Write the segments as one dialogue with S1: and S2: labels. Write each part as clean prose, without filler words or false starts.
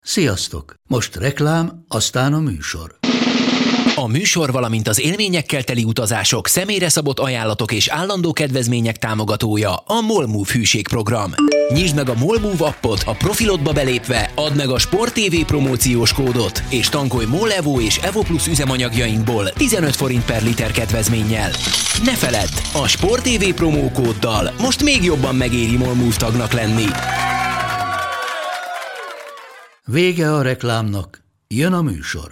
S1: Sziasztok! Most reklám, aztán a műsor.
S2: A műsor, valamint az élményekkel teli utazások, személyre szabott ajánlatok és állandó kedvezmények támogatója a MOL Move hűségprogram. Nyisd meg a MOL Move appot, a profilodba belépve add meg a Sport TV promóciós kódot, és tankolj MOL Evo és Evo Plus üzemanyagjainkból 15 forint per liter kedvezménnyel. Ne feledd, a Sport TV promókóddal most még jobban megéri MOL Move tagnak lenni.
S1: Vége a reklámnak, jön a műsor.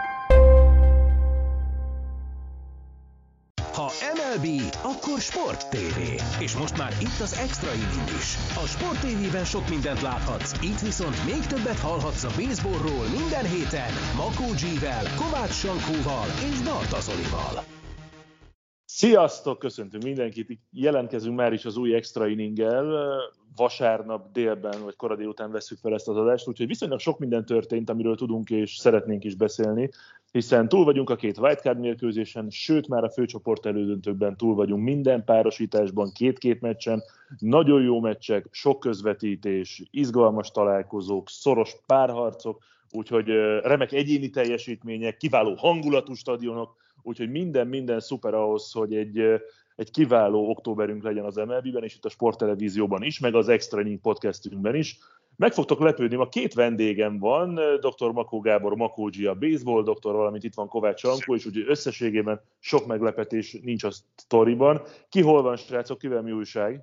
S3: Ha MLB, akkor Sport TV. És most már itt az Extra Inning is. A Sport TV-ben sok mindent láthatsz, itt viszont még többet hallhatsz a baseballról minden héten Makó G-vel, Kovács Sankóval és Barta Zolival.
S4: Sziasztok! Köszöntünk mindenkit! Jelentkezünk már is az új Extra Inninggel. Vasárnap délben, vagy kora délután vesszük fel ezt az adást, úgyhogy viszonylag sok minden történt, amiről tudunk és szeretnénk is beszélni, hiszen túl vagyunk a 2 wildcard mérkőzésen, sőt már a főcsoport elődöntőkben túl vagyunk minden párosításban, 2 meccsen, nagyon jó meccsek, sok közvetítés, izgalmas találkozók, szoros párharcok, úgyhogy remek egyéni teljesítmények, kiváló hangulatú stadionok, úgyhogy minden szuper ahhoz, hogy egy kiváló októberünk legyen az MLB-ben, és itt a sporttelevízióban is, meg az Extra Inning podcastünkben is. Meg fogtok lepődni, ma 2 vendégem van, dr. Makó Gábor, Makó G a baseball doktor, valamint itt van Kovács Sankó, és úgyhogy összességében sok meglepetés nincs a sztoriban. Ki hol van, srácok, kivel mi újság?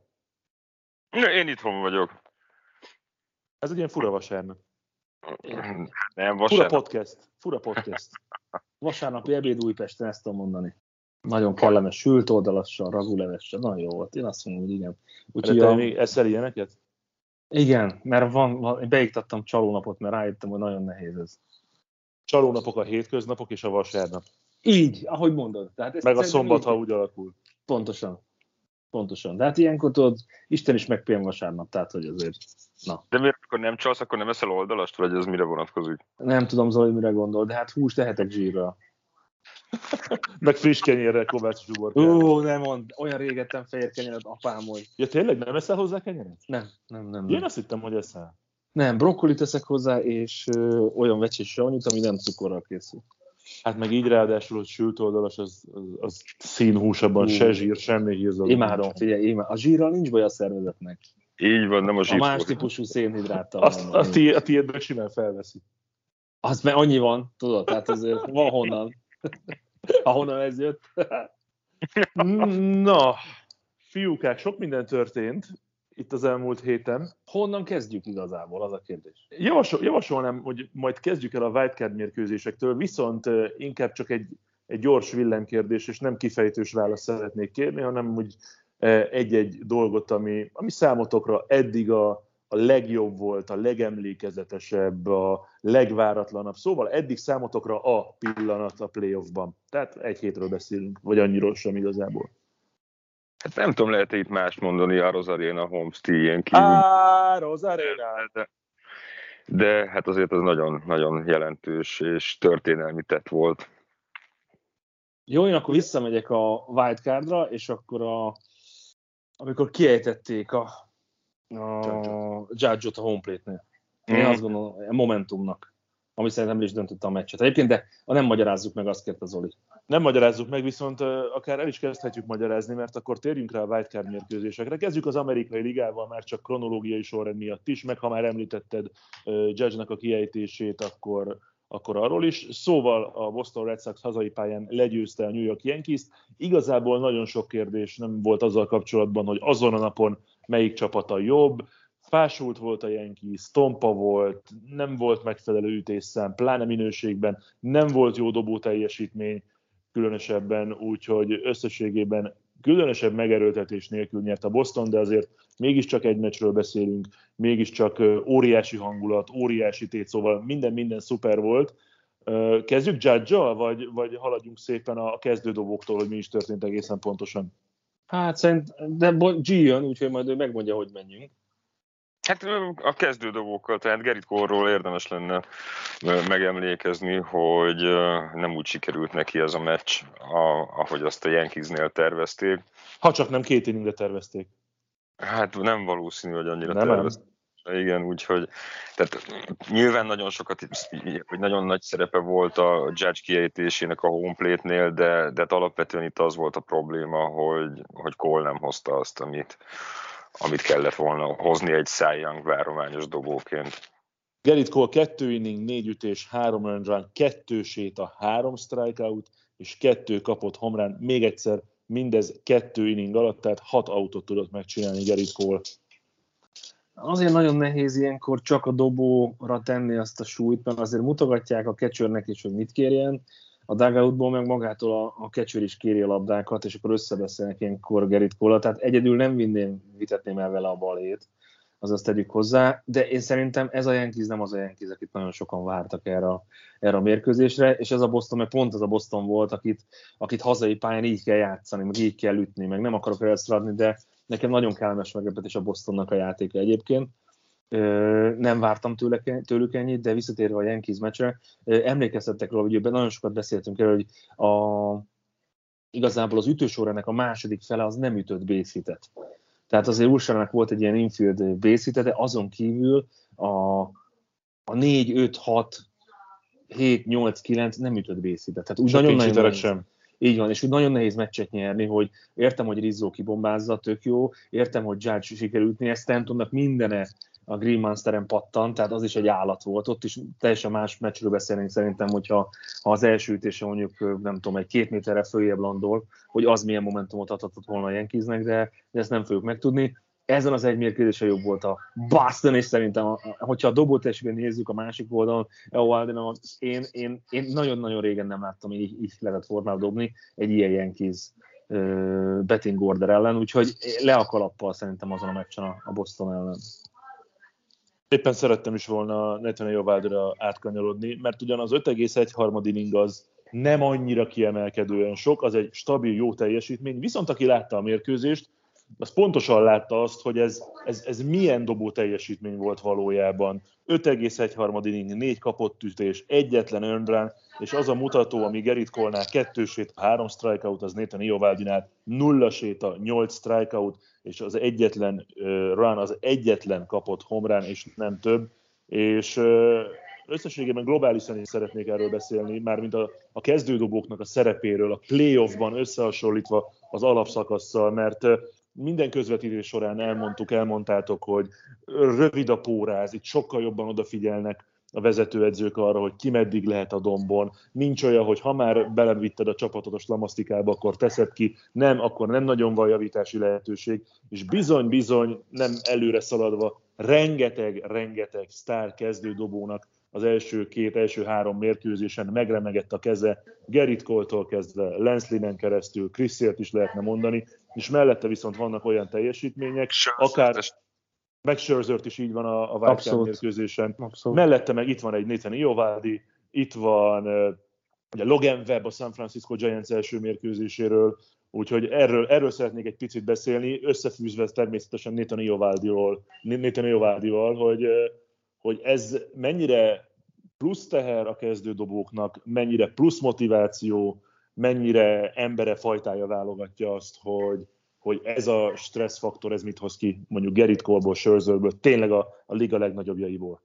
S5: Én itthon vagyok.
S4: Ez egy ilyen fura vasárnap.
S5: Nem, vasárnap.
S4: Fura podcast.
S6: Vasárnapi ebéd Újpesten, ezt tudom mondani. Nagyon kellemes, sült oldalassal, ragulevessel, nagyon jó volt. Én azt mondom, hogy igen.
S4: Úgyhogy te még eszel ilyeneket?
S6: Igen, mert beiktattam csalónapot, mert rájöttem, hogy nagyon nehéz ez.
S4: Csalónapok a hétköznapok és a vasárnap.
S6: Így, ahogy mondod. Tehát
S4: meg a szombat, ha úgy alakul.
S6: Pontosan. De hát ilyenkor tudod, Isten is megpélem vasárnap, tehát hogy azért, na.
S5: De miért, akkor nem csalsz, akkor nem eszel oldalast, vagy ez mire vonatkozik?
S6: Nem tudom, Zoli, mire gondol, de hát húst tehetek zsírral.
S4: Meg friss kenyérrel, Kovács Zsuborkával.
S6: Nem mond, olyan régettem fehér kenyeret, apám, hogy...
S4: Ja, tényleg nem eszel hozzá kenyeret?
S6: Nem.
S4: Én azt hittem, hogy eszel.
S6: Nem, brokkolit teszek hozzá, és olyan vecsés savanyút, ami nem cukorral készül.
S4: Hát meg így ráadásul, hogy sült oldalas, az színhúsabban se zsír, semmi hírzalom.
S6: Imádom, figyelj, a zsírral nincs baj a szervezetnek.
S5: Így van, nem a zsír.
S6: A más típusú szénhidráttal.
S4: A tiédből simán felveszi.
S6: Az mert annyi van, tudod, tehát azért van honnan. Ahonnan ez jött.
S4: Na, fiúkák, sok minden történt itt az elmúlt héten.
S6: Honnan kezdjük igazából, az a kérdés?
S4: Javasolnám, hogy majd kezdjük el a wildcard mérkőzésektől, viszont inkább csak egy gyors villámkérdés, és nem kifejtős választ szeretnék kérni, hanem úgy egy-egy dolgot, ami számotokra eddig a legjobb volt, a legemlékezetesebb, a legváratlanabb. Szóval eddig számotokra a pillanat a playoffban. Tehát egy hétről beszélünk, vagy annyiról sem igazából.
S5: Hát nem tudom, lehet itt mást mondani, a Arozarena Homestead kívül.
S4: Arozarena!
S5: De hát azért az nagyon jelentős és történelmi tett volt.
S6: Jó, én akkor visszamegyek a wildcardra, és akkor amikor kiejtették a Judge-ot a homeplate-nél. Én azt gondolom, a Momentumnak, ami szerintem is döntötte a meccset. Egyébként, de nem magyarázzuk meg, azt kérte Zoli.
S4: Nem magyarázzuk meg, viszont akár el is kezdhetjük magyarázni, mert akkor térjünk rá a wildcard mérkőzésekre. Kezdjük az amerikai ligával, már csak kronológiai sorrend miatt is, meg ha már említetted Judge-nak a kiejtését, akkor arról is. Szóval a Boston Red Sox hazai pályán legyőzte a New York Yankees-t. Igazából nagyon sok kérdés nem volt azzal kapcsolatban, hogy azon a napon melyik csapata jobb. Fásult volt a Yankees, tompa volt, nem volt megfelelő ütésszám, pláne minőségben, nem volt jó dobó teljesítmény különösebben, úgyhogy összességében különösebb megerőltetés nélkül nyert a Boston, de azért mégiscsak egy meccsről beszélünk, mégiscsak óriási hangulat, óriási tét, szóval minden szuper volt. Kezdjük Judge-al, vagy haladjunk szépen a kezdődobóktól, hogy mi is történt egészen pontosan?
S6: Hát de G jön, úgyhogy majd ő megmondja, hogy menjünk.
S5: Hát a kezdődobókkal, tehát Gerrit Cole-ról érdemes lenne megemlékezni, hogy nem úgy sikerült neki ez a meccs, ahogy azt a Yankeesnél tervezték.
S4: Ha csak nem 2 inningre tervezték.
S5: Hát nem valószínű, hogy annyira
S4: nem
S5: tervezték. Igen, úgyhogy tehát nyilván nagyon sokat, vagy nagyon nagy szerepe volt a Judge kiejtésének a home plate-nél, de alapvetően itt az volt a probléma, hogy Cole nem hozta azt, amit kellett volna hozni egy Cy Young várományos dobóként.
S4: Gerrit Cole 2 inning, 4 ütés, 3 earned run, 2 séta, 3 strikeout, és 2 kapott home run. Még egyszer, mindez 2 inning alatt, tehát 6 autót tudott megcsinálni Gerrit Cole.
S6: Azért nagyon nehéz ilyenkor csak a dobóra tenni azt a súlyt, mert azért mutogatják a catchernek is, hogy mit kérjen, a dugoutból meg magától a catcher is kéri a labdákat, és akkor összebeszélnek ilyenkor Gerrit Cole-ra, tehát egyedül nem vitetném el vele a balét, azt tegyük hozzá, de én szerintem ez a Yankees nem az a Yankees, akit nagyon sokan vártak erre a mérkőzésre, és ez a Boston, meg pont az a Boston volt, akit hazai pályán így kell játszani, meg így kell ütni, meg nem akarok elszaladni, de nekem nagyon kellemes meglepetés a Bostonnak a játéka egyébként. Nem vártam tőlük ennyit, de visszatérve a Yankees meccsre, emlékeztettek róla, hogy nagyon sokat beszéltünk erről, hogy igazából az ütősorrának a második fele az nem ütött base hitet. Tehát azért Ursának volt egy ilyen infield base hite, de azon kívül a 4, 5, 6, 7, 8, 9 nem ütött base hitet. Tehát úgy nagyon nehéz, sem. Így van, és úgy nagyon nehéz meccset nyerni, hogy értem, hogy Rizzo kibombázza, tök jó, értem, hogy Judge sikerült ütni, ezt Stantonnak mindene a Green Monsteren pattan, tehát az is egy állat volt. Ott is teljesen más meccsről beszélnénk szerintem, hogyha az első ütése mondjuk, nem tudom, egy 2 méterre följebb landol, hogy az milyen momentumot adhatott volna a Yankeesnek, de ezt nem fogjuk megtudni. Ezen az egy mérkőzésen jobb volt a Boston, és szerintem, hogyha a dobótestben nézzük a másik oldalon, én nagyon-nagyon régen nem láttam, hogy így lehetett formát dobni egy ilyen Yankees betting order ellen, úgyhogy le a kalappal szerintem azon a meccsen a Boston ellen.
S4: Éppen szerettem is volna Nathaniel Eovaldi-ra átkanyarodni, mert ugyan az 5,1 inning az nem annyira kiemelkedően sok, az egy stabil, jó teljesítmény, viszont aki látta a mérkőzést, az pontosan látta azt, hogy ez milyen dobó teljesítmény volt valójában. 5,1 inning, 4 kapott ütés, egyetlen earned run, és az a mutató, ami Gerrit Cole-nál 2 séta, 3 strikeout, az Nathan Eovaldi-nál 0 séta, 8 strikeout, és az egyetlen run, az egyetlen kapott home run, és nem több. És összességében globálisan is szeretnék erről beszélni, mármint a kezdődobóknak a szerepéről, a playoffban összehasonlítva az alapszakasszal, mert minden közvetítés során elmondtátok, hogy rövid a póráz, itt sokkal jobban odafigyelnek a vezetőedzők arra, hogy ki meddig lehet a dombon. Nincs olyan, hogy ha már belevitted a csapatot a slamasztikába, akkor teszed ki, nem, akkor nem nagyon van javítási lehetőség, és bizony nem előre szaladva, rengeteg sztár kezdődobónak az első 3 mérkőzésen megremegett a keze, Gerrit Cole-tól kezdve, Lance Lynn-en keresztül, Chris Sale-t is lehetne mondani, és mellette viszont vannak olyan teljesítmények, akár meg Scherzert is így van a Wildcard mérkőzésen. Abszolút. Mellette meg itt van egy Nathan Eovaldi, itt van ugye Logan Webb a San Francisco Giants első mérkőzéséről, úgyhogy erről szeretnék egy picit beszélni, összefűzve természetesen Nathan Eovaldival, hogy ez mennyire plusz teher a kezdődobóknak, mennyire plusz motiváció, mennyire embere fajtája válogatja azt, hogy ez a stresszfaktor, ez mit hoz ki mondjuk Gerrit Cole-ból, Scherzerből, tényleg a liga legnagyobbjaiból.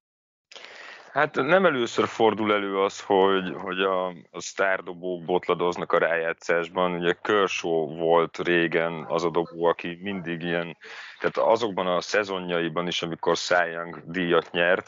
S5: Hát nem először fordul elő az, hogy a sztárdobók botladoznak a rájátszásban. Ugye Kershaw volt régen az a dobó, aki mindig ilyen, tehát azokban a szezonjaiban is, amikor Cy Young díjat nyert,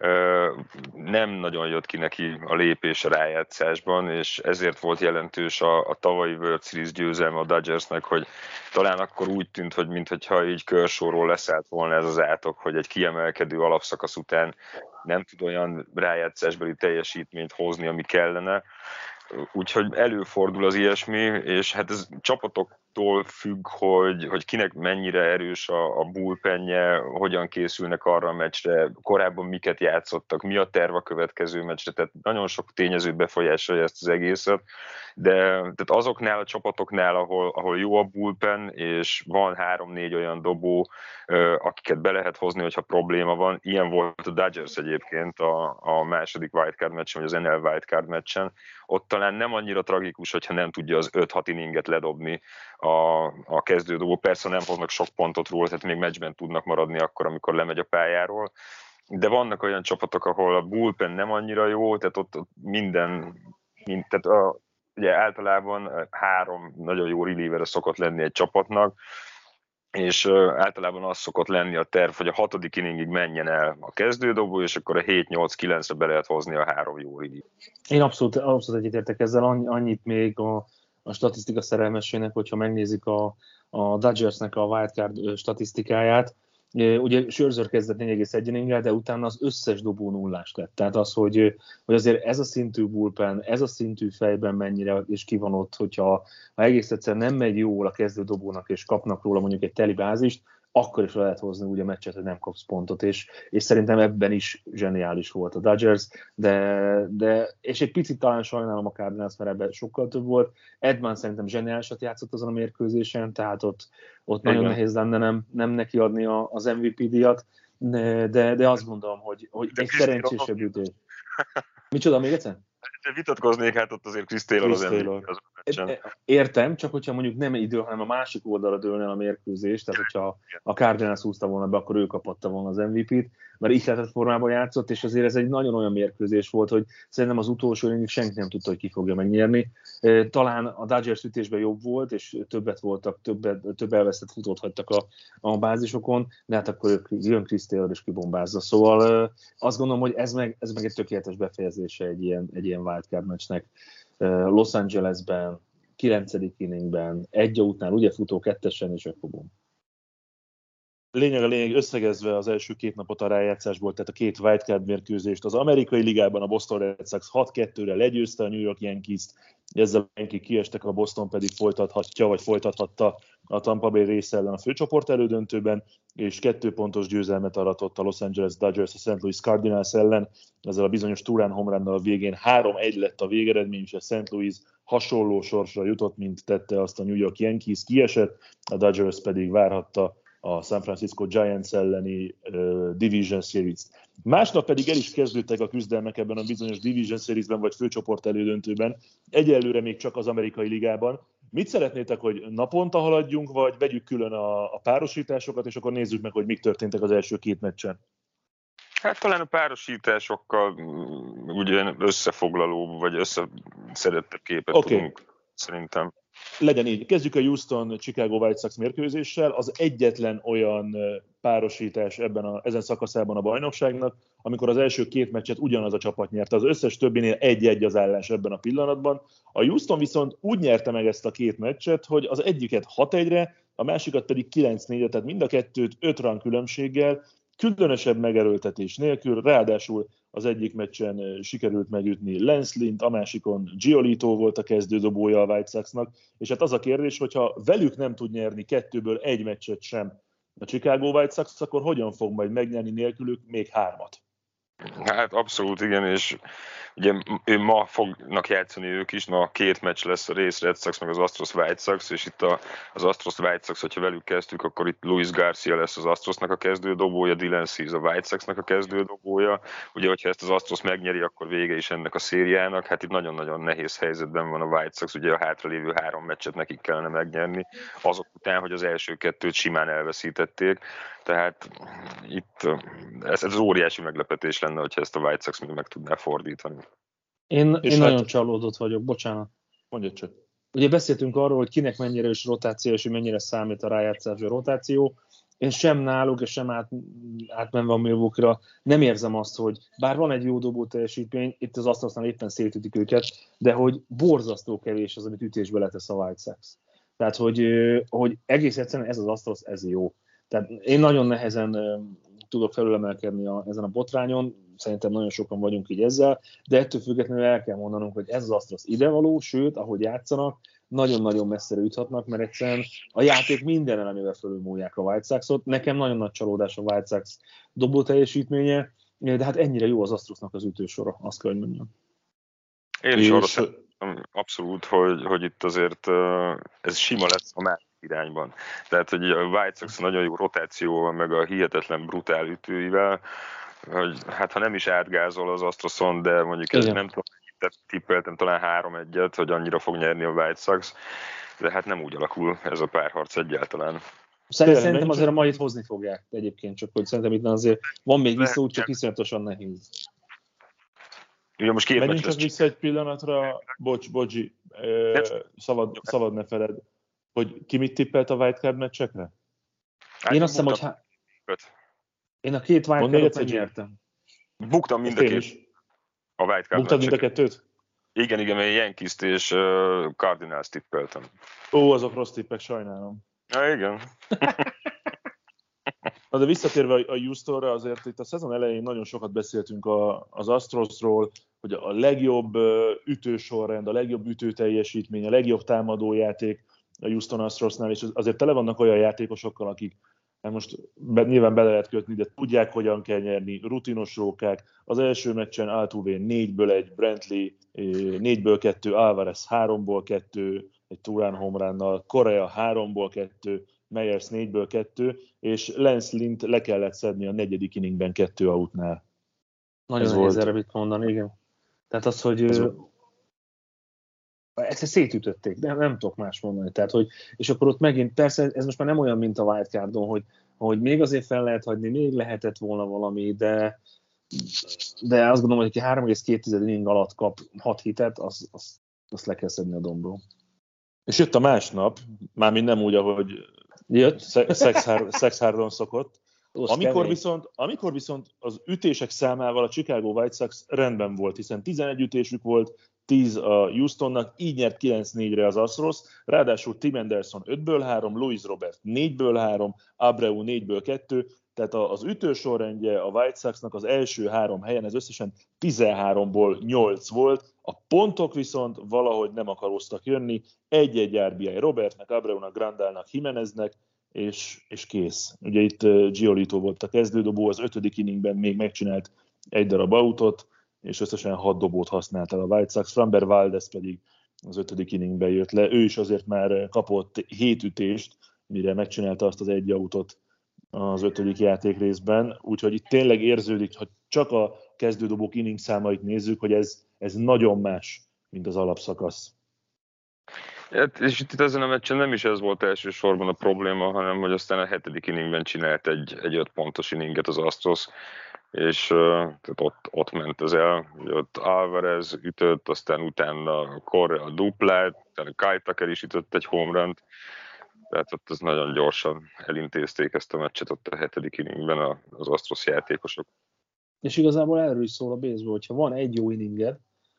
S5: nem nagyon jött ki neki a lépés a rájátszásban, és ezért volt jelentős a tavalyi World Series győzelme a Dodgersnek, hogy talán akkor úgy tűnt, hogy mintha így Kershawról leszállt volna ez az átok, hogy egy kiemelkedő alapszakasz után nem tud olyan rájátszásbeli teljesítményt hozni, ami kellene. Úgyhogy előfordul az ilyesmi, és hát ez csapatoktól függ, hogy kinek mennyire erős a bullpenje, hogyan készülnek arra a meccsre, korábban miket játszottak, mi a terv a következő meccsre, tehát nagyon sok tényező befolyásolja ezt az egészet, de tehát azoknál a csapatoknál, ahol jó a bullpen, és van 3-4 olyan dobó, akiket be lehet hozni, hogyha probléma van. Ilyen volt a Dodgers egyébként a második wildcard meccsen, vagy az NL wildcard meccsen. Ott talán nem annyira tragikus, hogyha nem tudja az 5-6 inninget ledobni a kezdődobó. Persze nem hoznak sok pontot róla, tehát még meccsben tudnak maradni akkor, amikor lemegy a pályáról. De vannak olyan csapatok, ahol a bullpen nem annyira jó, tehát ott ugye általában 3 nagyon jó reliever szokott lenni egy csapatnak, és általában az szokott lenni a terv, hogy a 6. inningig menjen el a kezdődobó, és akkor a 7-8-9-re be lehet hozni a 3 jó reliever.
S6: Én abszolút egyetértek ezzel, annyit még a statisztika szerelmesének, hogyha megnézik a Dodgersnek a wildcard statisztikáját. Ugye Scherzer kezdett 4,1 inninggel, de utána az összes dobó nullás lett. Tehát az, hogy azért ez a szintű bullpen, ez a szintű fejben mennyire és ki van ott, hogyha egész egyszer nem megy jól a kezdő dobónak, és kapnak róla mondjuk egy teli bázist, akkor is lehet hozni úgy a meccset, hogy nem kapsz pontot, és szerintem ebben is zseniális volt a Dodgers, de és egy picit talán sajnálom a Cardinals, mert ebben sokkal több volt. Edman szerintem zseniálisat játszott azon a mérkőzésen, tehát ott nagyon nehéz lenne nem neki adni az MVP díjat, de azt gondolom, hogy egy szerencsésebb ütés. Micsoda, még egyszer?
S5: Vitatkoznék, hát ott azért Chris Taylor az MVP.
S6: Értem, csak hogyha mondjuk nem idő, hanem a másik oldalra dőlne el a mérkőzés, tehát hogyha a Cardinals húzta volna be, akkor ő kapatta volna az MVP-t, mert ihletett formában játszott, és azért ez egy nagyon olyan mérkőzés volt, hogy szerintem az utolsó inningig senki nem tudta, hogy ki fogja megnyerni. Talán a Dodgers ütésben jobb volt, és több elvesztett futót hagytak a bázisokon, de hát akkor jön Chris Taylor és kibombázza. Szóval azt gondolom, hogy ez meg egy tökéletes befejezése egy ilyen wildcard meccsnek. Los Angelesben, 9. inningben, egy után, ugye futó 2-esen, és akkor bum.
S4: Lényeg összegezve az első 2 napot a rájátszásból, tehát a 2 wildcard mérkőzést. Az amerikai ligában a Boston Red Sox 6-2-re legyőzte a New York Yankees-t, ezzel a Yankees kiestek, a Boston pedig folytathatta a Tampa Bay Rays ellen a főcsoport elődöntőben, és 2 pontos győzelmet aratott a Los Angeles Dodgers a St. Louis Cardinals ellen. Ezzel a bizonyos Turán home runnal a végén 3-1 lett a végeredmény, és a St. Louis hasonló sorsra jutott, mint tette azt a New York Yankees, kiesett, a Dodgers pedig várhatta a San Francisco Giants elleni Division Series-t. Másnap pedig el is kezdődtek a küzdelmek ebben a bizonyos Division Series-ben vagy főcsoport elődöntőben, egyelőre még csak az amerikai ligában. Mit szeretnétek, hogy naponta haladjunk, vagy vegyük külön a párosításokat, és akkor nézzük meg, hogy mik történtek az első 2 meccsen?
S5: Hát talán a párosításokkal ugye összefoglaló, vagy összeszedettebb képet tudunk szerintem.
S4: Legyen így. Kezdjük a Houston-Chicago White Sox mérkőzéssel. Az egyetlen olyan párosítás ezen szakaszában a bajnokságnak, amikor az első 2 meccset ugyanaz a csapat nyerte. Az összes többinél 1-1 az állás ebben a pillanatban. A Houston viszont úgy nyerte meg ezt a 2 meccset, hogy az egyiket 6-1-re, a másikat pedig 9-4-re, tehát mind a kettőt 5 run különbséggel, különösebb megerőltetés nélkül, ráadásul az egyik meccsen sikerült megütni Lance Lynn-t, a másikon Giolito volt a kezdődobója a White Soxnak, és hát az a kérdés, hogyha velük nem tud nyerni 2-ből 1 meccset sem a Chicago White Sox, akkor hogyan fog majd megnyerni nélkülük még 3-at?
S5: Hát abszolút igen, és ugye ma fognak játszani ők is, ma 2 meccs lesz, a Rays Red Sox meg az Astros White Sox, és itt az Astros White Sox, hogyha velük kezdtük, akkor itt Luis Garcia lesz az Astrosnak a kezdődobója, Dylan Cease a White Soxnak a kezdődobója. Ugye, hogyha ezt az Astros megnyeri, akkor vége is ennek a szériának. Hát itt nagyon-nagyon nehéz helyzetben van a White Sox, ugye a hátralévő 3 meccset nekik kellene megnyerni, azok után, hogy az első 2-t simán elveszítették. Tehát itt ez az óriási meglepetés lenne, hogyha ezt a White Sox még meg tudná fordítani.
S6: Én nagyon csalódott vagyok, bocsánat.
S4: Mondjad csak.
S6: Ugye beszéltünk arról, hogy kinek mennyire is rotáció, és hogy mennyire számít a rájátszásra rotáció. Én sem náluk, és sem átmenve a Milwaukee-ra nem érzem azt, hogy bár van egy jó dobó teljesítmény, itt az Astrosnál éppen szétütik őket, de hogy borzasztó kevés az, amit ütésbe letesz a White Sox. Tehát, hogy egész egyszerűen ez az Astros, ez jó. Tehát én nagyon nehezen tudok felülemelkedni ezen a botrányon, szerintem nagyon sokan vagyunk így ezzel, de ettől függetlenül el kell mondanunk, hogy ez az Astros idevaló, sőt, ahogy játszanak, nagyon-nagyon messzire juthatnak, mert egyszerűen a játék minden elemével fölülmúlják a White Soxot. Nekem nagyon nagy csalódás a White Sox dobó teljesítménye, de hát ennyire jó az Astrosnak az ütősora, azt kell, hogy mondjam.
S5: Én is arra szerintem abszolút, hogy itt azért ez sima lesz a másik irányban. Tehát, hogy a White Sox nagyon jó rotációval, meg a hihetetlen brutál ütőivel, hogy hát ha nem is átgázol az Astroson, de mondjuk ez nem tudom, tippeltem talán 3-1-et, hogy annyira fog nyerni a White Sox. de hát nem úgy alakul ez a párharc egyáltalán.
S6: Szerintem azért a mait hozni fogják egyébként, csak hogy szerintem itt azért van még vissza, úgy csak iszonyatosan nehéz.
S5: Ugye most
S4: menjünk csak vissza egy pillanatra, Bocsi, szabad ne feled, hogy ki mit tippelt a wildcard meccsekre?
S6: Én azt hiszem, hogy én a két wildcardot megnyertem.
S5: Buktam mind a két. A wildcard
S4: buktad mind a kettőt?
S5: Igen, én Yankees-t és Cardinals tippeltem.
S4: Azok rossz tippek, sajnálom.
S5: Igen.
S4: Na de visszatérve a Houstonra, azért itt a szezon elején nagyon sokat beszéltünk az Astrosról, hogy a legjobb ütősorrend, a legjobb ütőteljesítmény, a legjobb támadójáték a Houston Astrosnál, és azért tele vannak olyan játékosokkal, akik most nyilván bele lehet kötni, de tudják, hogyan kell nyerni, rutinos rókák. Az első meccsen Altuve 4-1, Brantley 4-2, Alvarez 3-2, egy two-run home runnal, Correa 3-2, Meyers 4-2, és Lance Lynn-t le kellett szedni a 4. inningben 2 outnál.
S6: Nagyon nehéz erre mit mondani, igen. Tehát az, hogy ezt szétütötték, de nem tudok más mondani. Tehát, hogy, és akkor ott megint, persze ez most már nem olyan, mint a wildcardon, hogy még azért fel lehet hagyni, még lehetett volna valami, de azt gondolom, hogy aki 3,2 inning alatt kap 6 hitet, azt le kell szedni a dombról.
S4: És jött a másnap, mármint nem úgy, ahogy jött, Sexhardon szokott, amikor viszont az ütések számával a Chicago White Sox rendben volt, hiszen 11 ütésük volt, 10 a Houstonnak, így nyert 9-4-re az Astros, ráadásul Tim Anderson 5-ből 3, Luis Robert 4-ből 3, Abreu 4-ből 2, tehát az ütősorrendje a White Soxnak az első 3 helyen, ez összesen 13-ból 8 volt, a pontok viszont valahogy nem akaroztak jönni, 1-1 RBI Robertnek, Abreunak, Grandalnak, Jimeneznek, és kész. Ugye itt Giolito volt a kezdődobó, az 5. inningben még megcsinált egy darab autót, és összesen 6 dobót használt el a White Sox, Framber Valdez pedig az 5. inningben jött le. Ő is azért már kapott 7 ütést, mire megcsinálta azt az egy autót az 5. játék részben, úgyhogy itt tényleg érződik, ha csak a kezdődobók inning számait nézzük, hogy ez nagyon más, mint az alapszakasz.
S5: És itt ezen a meccsen nem is ez volt elsősorban a probléma, hanem hogy aztán a 7. inningben csinált egy 5 pontos inninget az Astros, és tehát ott ment ez el, ott Alvarez ütött, aztán utána Correa duplát, utána Kyle Tucker is ütött egy home runt, tehát ott az nagyon gyorsan elintézték ezt a meccset ott a 7. inningben az Astros játékosok.
S6: És igazából erről is szól a baseball, hogyha van egy jó inninged,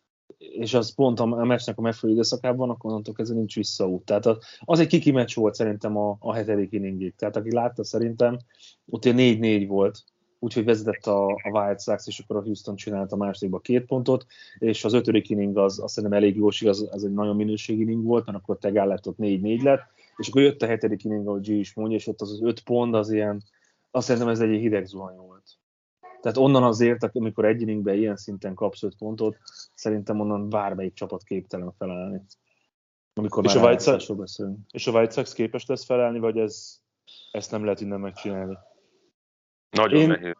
S6: és az pont a meccsnek a megfelelő időszakában, akkor onnantól kezdve nincs visszaút. Tehát az egy kiki meccs volt szerintem a 7. inningig. Tehát aki látta, szerintem ott 4-4 volt, úgyhogy vezetett a White Sox, és akkor a Houston csinált a másodikba 2 pontot, és az 5. inning az szerintem elég jós, az egy nagyon minőségi inning volt, mert akkor Tegál lett, ott 4-4 lett, és akkor jött a 7. inning, ahogy G is mondja, és ott az 5 pont az ilyen, azt szerintem ez egy hideg zuhany volt. Tehát onnan azért, amikor egy inningben ilyen szinten kapsz 5 pontot, szerintem onnan bármelyik csapat képtelen felállni. Amikor
S4: és a White Sox képes lesz felállni, vagy ezt nem lehet innen megcsinálni?
S5: Nagyon nehéz.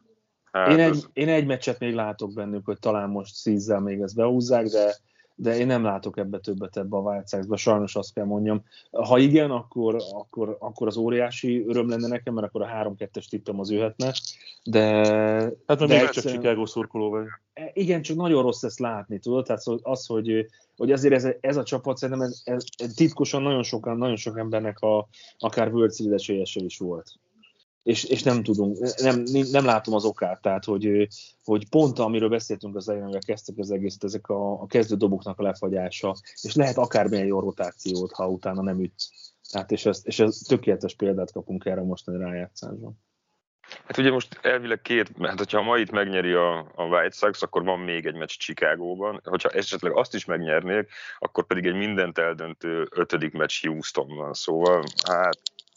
S6: Én egy meccset még látok bennük, hogy talán most szízzel még ezt behúzzák, de én nem látok többet ebbe a White Sox-ba, sajnos azt kell mondjam. Ha igen, akkor az óriási öröm lenne nekem, mert akkor a 3-2-es tippem az jöhetne, de...
S4: Hát mert még csak Chicago szurkoló vagy.
S6: Igen, csak nagyon rossz ezt látni, tudod? Tehát az, hogy azért ez a csapat szerintem ez titkosan nagyon sok embernek akár World Series esélyese is volt. És nem tudunk, nem látom az okát, tehát hogy pont amiről beszéltünk az elején, amivel kezdtek az egészet, ezek a kezdődoboknak a lefagyása, és lehet akármilyen jó rotációt, ha utána nem üt. Tehát és ez tökéletes példát kapunk erre mostani rájátszásban.
S5: Hát ugye most elvileg hát hogyha ma itt megnyeri a White Sox, akkor van még egy meccs Chicagóban. Hogyha esetleg azt is megnyernék, akkor pedig egy mindent eldöntő 5. meccs Houstonban. Szóval hát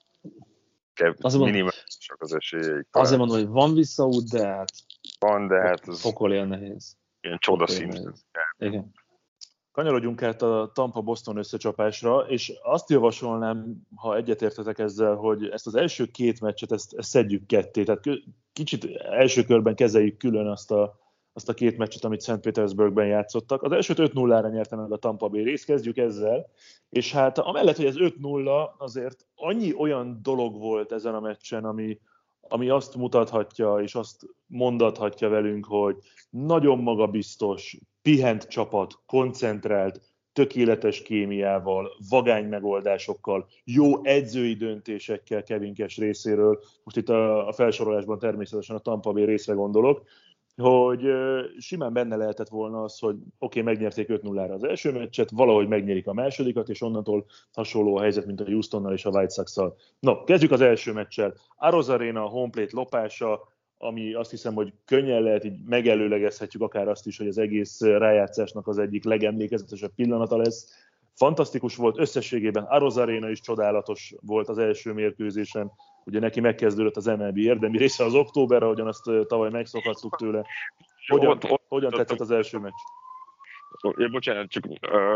S5: minimálisak az esélyeik.
S6: Azért mondom, hogy van visszaút, de hát
S5: van, de hát az
S6: fokolja nehéz.
S5: Ilyen csodaszint.
S6: Igen.
S4: Kanyarodjunk át a Tampa-Boston összecsapásra, és azt javasolnám, ha egyetértetek ezzel, hogy ezt az első 2 meccset ezt szedjük ketté, tehát kicsit első körben kezeljük külön azt azt a 2 meccset, amit St. Petersburgben játszottak. Az elsőt 5-0-ra nyerte meg a Tampa Bay Rays, kezdjük ezzel, és hát amellett, hogy ez 5-0, azért annyi olyan dolog volt ezen a meccsen, ami azt mutathatja, és azt mondathatja velünk, hogy nagyon magabiztos, pihent csapat, koncentrált, tökéletes kémiával, vagány megoldásokkal, jó edzői döntésekkel Kevin Cash részéről, most itt a felsorolásban természetesen a Tampa Bay Raysre gondolok, hogy simán benne lehetett volna az, hogy oké, megnyerték 5-0-ra az első meccset, valahogy megnyerik a másodikat, és onnantól hasonló a helyzet, mint a Houstonnal és a White Sox-szal. No, kezdjük az első meccsel. Arozarena, a home plate lopása, ami azt hiszem, hogy könnyen lehet, így megelőlegezhetjük akár azt is, hogy az egész rájátszásnak az egyik legemlékezetesebb pillanata lesz. Fantasztikus volt, összességében Arozarena is csodálatos volt az első mérkőzésen. Ugye neki megkezdődött az MLB érdemi része az október, ahogyan azt tavaly megszokhattuk tőle. Hogyan tetszett az első meccs?
S5: Bocsánat, csak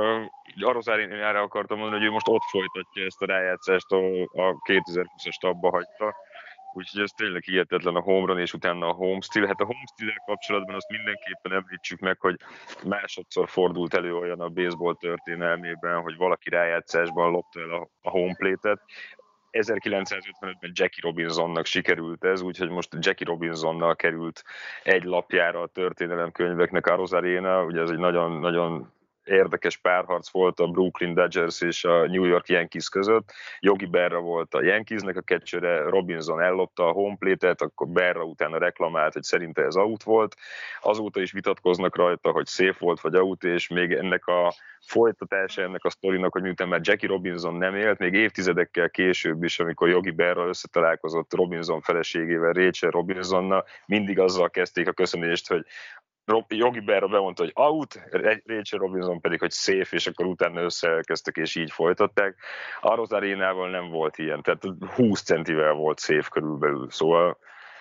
S5: Arozarénára akartam mondani, hogy ő most ott folytatja ezt a rájátszást, a 2020-as abba hagyta. Úgyhogy ez tényleg hihetetlen a home run, és utána a home steal. Hát a home steal-el kapcsolatban azt mindenképpen említsük meg, hogy másodszor fordult elő olyan a baseball történelmében, hogy valaki rájátszásban lopta el a home plate-et. 1955-ben Jackie Robinsonnak sikerült ez, úgyhogy most Jackie Robinsonnal került egy lapjára a történelemkönyveknek Arozarena. Ugye ez egy nagyon érdekes párharc volt a Brooklyn Dodgers és a New York Yankees között. Yogi Berra volt a Yankeesnek a catchere, Robinson ellopta a home plate-et, akkor Berra utána reklamált, hogy szerinte ez out volt. Azóta is vitatkoznak rajta, hogy safe volt vagy out, és még ennek a folytatása ennek a sztorinak, hogy miután már Jackie Robinson nem élt, még évtizedekkel később is, amikor Yogi Berra összetalálkozott Robinson feleségével, Rachel Robinsonnal, mindig azzal kezdték a köszönést, hogy Yogi Berra bemondta, hogy out, Rachel Robinson pedig, hogy safe, és akkor utána összeelkeztek, és így folytatták. Arozarénával nem volt ilyen, tehát 20 centivel volt safe körülbelül, szóval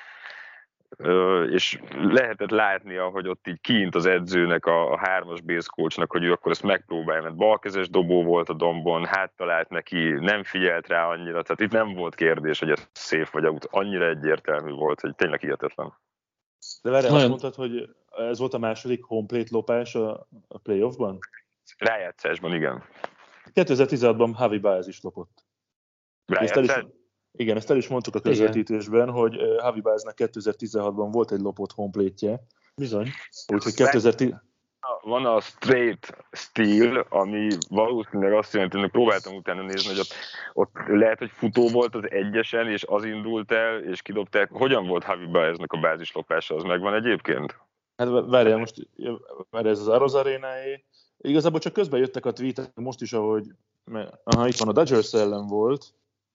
S5: és lehetett látni, ahogy ott így kint az edzőnek, a 3-as base coachnak, hogy ő akkor ezt megpróbálja, mert balkezes dobó volt a dombon, háttalált neki, nem figyelt rá annyira, tehát itt nem volt kérdés, hogy ez safe vagy out, annyira egyértelmű volt, hogy tényleg hihetetlen.
S4: De várjál, azt mondtad, hogy ez volt a második home plate lopás a playoffban?
S5: Rájátszásban, igen.
S4: 2016-ban Javi Baez is lopott. Igen, ezt el is mondtuk a közvetítésben, hogy Javi Baeznek 2016-ban volt egy lopott home plate-je. Bizony. Úgyhogy 2010...
S5: Van a straight steal, ami valószínűleg azt jelenti, hogy próbáltam utána nézni, hogy ott lehet, hogy futó volt az egyesen, és az indult el, és kidobták. Hogyan volt Javi Baeznek a bázislopása? Az megvan egyébként?
S4: Hát várjál, most ez az Arozarénáé. Igazából csak közben jöttek a tweetek, most is, ahogy... itt van, a Dodgers ellen volt.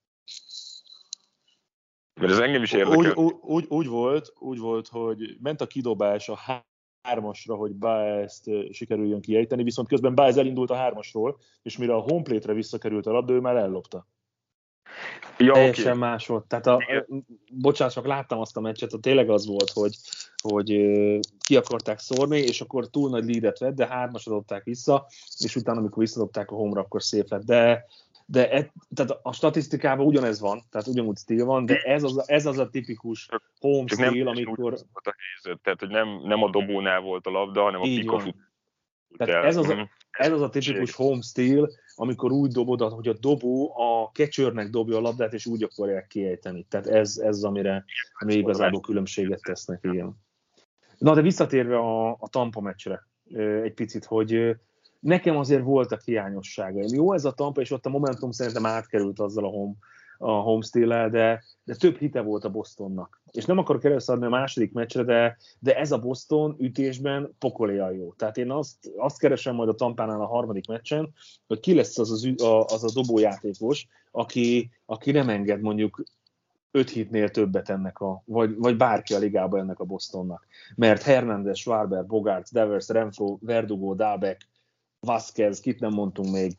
S5: Mert ez engem is érdekel.
S4: Úgy volt, hogy ment a kidobás a 3-asra, hogy Baez-t sikerüljön kiejteni, viszont közben Baez elindult a 3-asról, és mire a home plate-re visszakerült a labda, ő már ellopta.
S6: Ja, teljesen más volt. Tehát bocsánat, csak láttam azt a meccset, tényleg az volt, hogy ki akarták szórni, és akkor túl nagy leadet vett, de 3-asra dobták vissza, és utána, amikor visszadobták a home-ra, akkor szép lett. Tehát a statisztikában ugyanez van, tehát ugyanúgy stíl van, de ez az a tipikus home stíl, amikor...
S5: Volt a helyzet, tehát hogy nem a dobónál volt a labda, hanem a pick-off.
S6: Tehát ez az a tipikus home stíl, amikor úgy dobod, hogy a dobó a catchernek dobja a labdát, és úgy akarják kiejteni. Tehát ez az, ami igazából különbséget tesznek, igen. Na, de visszatérve a Tampa meccsre egy picit, hogy nekem azért voltak hiányosságaim. Jó, ez a Tampa, és ott a Momentum szerintem átkerült azzal a home steal-el, de több hite volt a Bostonnak. És nem akarok előszadni a második meccsre, de ez a Boston ütésben pokoléan jó. Tehát én azt keresem majd a Tampánál a harmadik meccsen, hogy ki lesz az a dobójátékos, aki nem enged mondjuk 5 hitnél többet vagy bárki a ligában ennek a Bostonnak. Mert Hernández, Schwarber, Bogaerts, Devers, Renfroe, Verdugo, Dalbec, Vázquez, kit nem mondtunk még.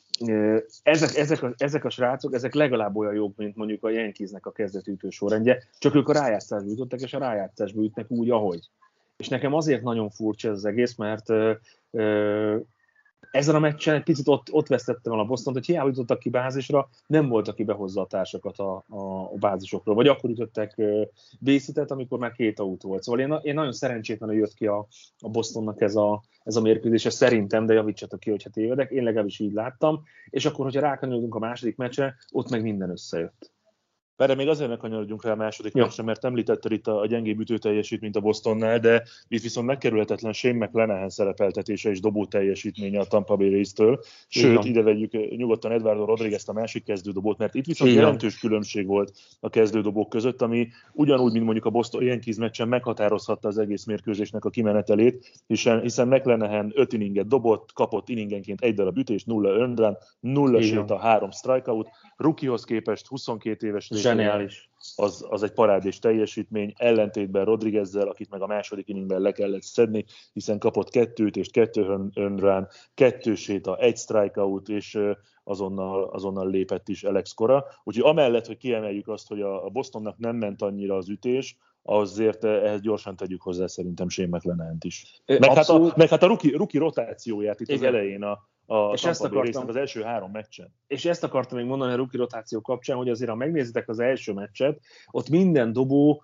S6: Ezek a srácok, ezek legalább olyan jók, mint mondjuk a Yankeesnek a kezdetütő sorrendje, csak ők a rájátszásba jutottak, és a rájátszásba ütnek úgy, ahogy. És nekem azért nagyon furcsa ez az egész, mert ezen a meccsen egy picit ott vesztettem el a Bostont, hogy hiába jutottak ki bázisra, nem volt, aki behozza a társakat a bázisokról. Vagy akkor ütöttek basitet, amikor már 2 autó volt. Szóval én nagyon szerencsétlenül jött ki a Bostonnak ez a mérkőzése szerintem, de javítsatok ki, hogyha tévedek. Én legalábbis így láttam. És akkor, hogyha rákanyarodunk a második meccsre, ott meg minden összejött.
S4: Erre még azért ne kanyarodjunk rá a második meccsre, mert említetted itt a gyengébb ütőteljesítményt a Bostonnál, de itt viszont megkerülhetetlen Shane McClanahan szerepeltetése és dobó teljesítménye a Tampa Bay Race-től. Sőt, ide vegyük nyugodtan Eduardo Rodriguez-t, a másik kezdődobót, mert itt viszont jelentős különbség volt a kezdődobók között, ami ugyanúgy, mint mondjuk a Boston Yankees meccsen meghatározhatta az egész mérkőzésnek a kimenetelét, hiszen McClanahan 5 inninget dobott, kapott inningenként 1 darab ütést, 0 earned run, 0 séta, 3 strikeout. Rookiehoz képest 22 éves
S6: zseniális.
S4: Az egy parádés teljesítmény, ellentétben Rodriguezzel, akit meg a második inningben le kellett szedni, hiszen kapott 2 ütést, 2 earned run, 2 séta, 1 strikeout, és azonnal lépett is Alex Cora. Úgyhogy amellett, hogy kiemeljük azt, hogy a Bostonnak nem ment annyira az ütés, azért ehhez gyorsan tegyük hozzá szerintem Shane McClanahant is. Meg hát a rookie rotációját itt az elején a Tampa Bay Race-nek az első 3 meccsen.
S6: És ezt akartam még mondani a rookie rotáció kapcsán, hogy azért, ha megnézitek az első meccset, ott minden dobó,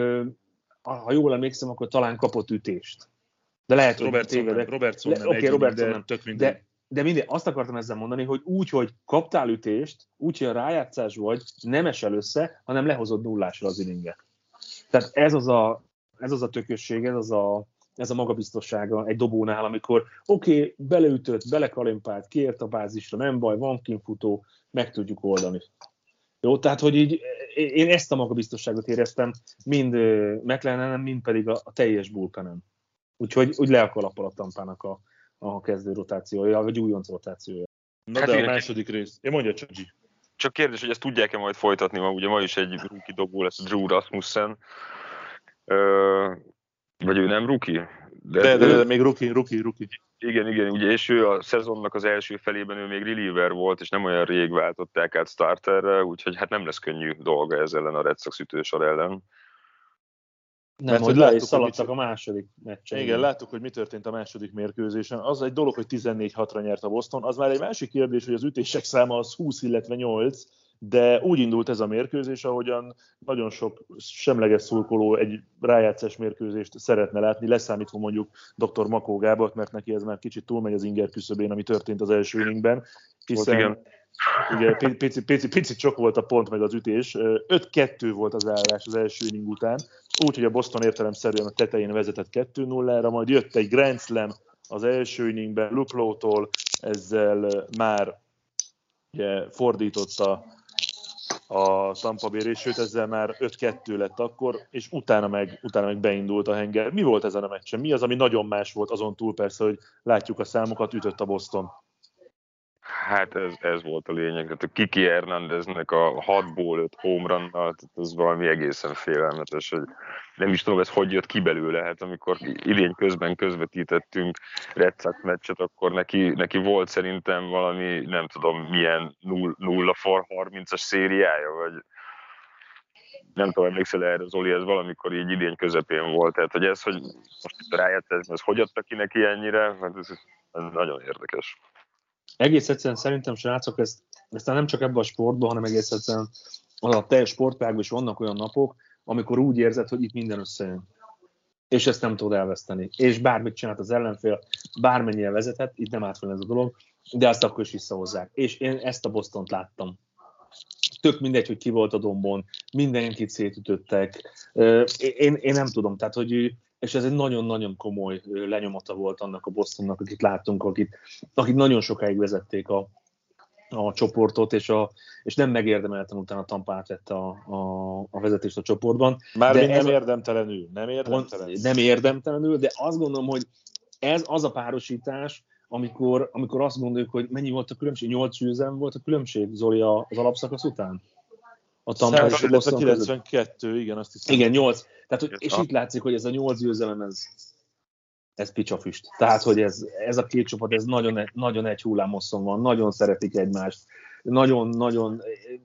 S6: ha jól emlékszem, akkor talán kapott ütést. De lehet, hogy
S4: Robertson nem, tök mindegy.
S6: De minden, azt akartam ezzel mondani, hogy úgy, hogy kaptál ütést, úgy, hogy a rájátszás vagy, nem esel össze, hanem lehozod nullásra az inninget. Tehát ez az a tökösség, ez a magabiztossága egy dobónál, amikor beleütött, belekalimpált, kiért a bázisra, nem baj, van kinfutó, meg tudjuk oldani. Jó, tehát, hogy így én ezt a magabiztosságot éreztem mind McClanahan, mind pedig a teljes bullpenen. Úgyhogy úgy le a kalappal a Tampának a kezdő rotációja, vagy újonc rotációja.
S4: Na de a második rész. Én mondja, Csacsi.
S5: Csak kérdés, hogy ezt tudják-e majd folytatni, mert ugye ma is egy rookie dobó lesz, Drew Rasmussen. Vagy ő nem rookie?
S4: De még rookie.
S5: Igen, ugye, és ő a szezonnak az első felében ő még reliever volt, és nem olyan rég váltották át starterre, úgyhogy hát nem lesz könnyű dolga ez ellen a Red Sox ütősor ellen.
S6: Nem, hogy le is szaladtak a második meccsen.
S4: Igen, láttuk, hogy mi történt a második mérkőzésen. Az egy dolog, hogy 14-6-ra nyert a Boston, az már egy másik kérdés, hogy az ütések száma az 20, illetve 8, de úgy indult ez a mérkőzés, ahogyan nagyon sok semleges szurkoló egy rájátszás mérkőzést szeretne látni, leszámítva mondjuk dr. Makó Gábort, mert neki ez már kicsit túlmegy az inger küszöbén, ami történt az első inningben, hiszen igen, picit sok volt a pont meg az ütés. 5-2 volt az állás az első inning után, úgyhogy a Boston értelemszerűen a tetején vezetett 2-0-ra, majd jött egy Grand Slam az első inningben Luplow-tól, ezzel már ugye, fordította a Tampa Bay Race, sőt ezzel már 5-2 lett akkor, és utána meg beindult a henger. Mi volt ezen a meccsen? Mi az, ami nagyon más volt azon túl persze, hogy látjuk a számokat, ütött a Boston?
S5: Hát ez volt a lényeg. Tehát a Kiki Hernándeznek a 6-ból 5 home runnal, ez valami egészen félelmetes, hogy nem is tudom, ez hogy jött ki belőle. Hát amikor idény közben közvetítettünk Red Sox meccset, akkor neki volt szerintem valami, nem tudom milyen 0-30-as szériája, vagy nem tudom, emlékszel erre, Zoli, ez valamikor így idény közepén volt. Tehát, hogy ez, hogy most itt rájátszásban, ez hogy adta ki neki ennyire, hát ez nagyon érdekes.
S6: Egész egyszerűen szerintem, srácok, ezt nem csak ebben a sportban, hanem egész egyszerűen a teljes sportvágban is vannak olyan napok, amikor úgy érzed, hogy itt minden összejön. És ezt nem tudod elveszteni. És bármit csinált az ellenfél, bármennyire vezethet, itt nem átfel ez a dolog, de azt akkor is visszahozzák. És én ezt a Bostont láttam. Tök mindegy, hogy ki volt a dombon, mindenkit szétütöttek. Én nem tudom, tehát, hogy és ez egy nagyon-nagyon komoly lenyomata volt annak a Bostonnak, akit láttunk, akit nagyon sokáig vezették a csoportot, és nem megérdemelten utána a Tampa átvette a vezetést a csoportban.
S4: Mármint nem érdemtelenül.
S6: Nem érdemtelenül, de azt gondolom, hogy ez az a párosítás, amikor azt gondoljuk, hogy mennyi volt a különbség, 8 győzelem volt a különbség, Zoli, az alapszakasz után?
S4: A Tampa és a Boston 92, igen, azt hiszem.
S6: Igen, 8. Tehát, és itt látszik, hogy ez a 8 győzelem, ez picsafüst. Tehát, hogy ez a két csapat, ez nagyon, nagyon egy hullámosszon van, nagyon szeretik egymást, nagyon,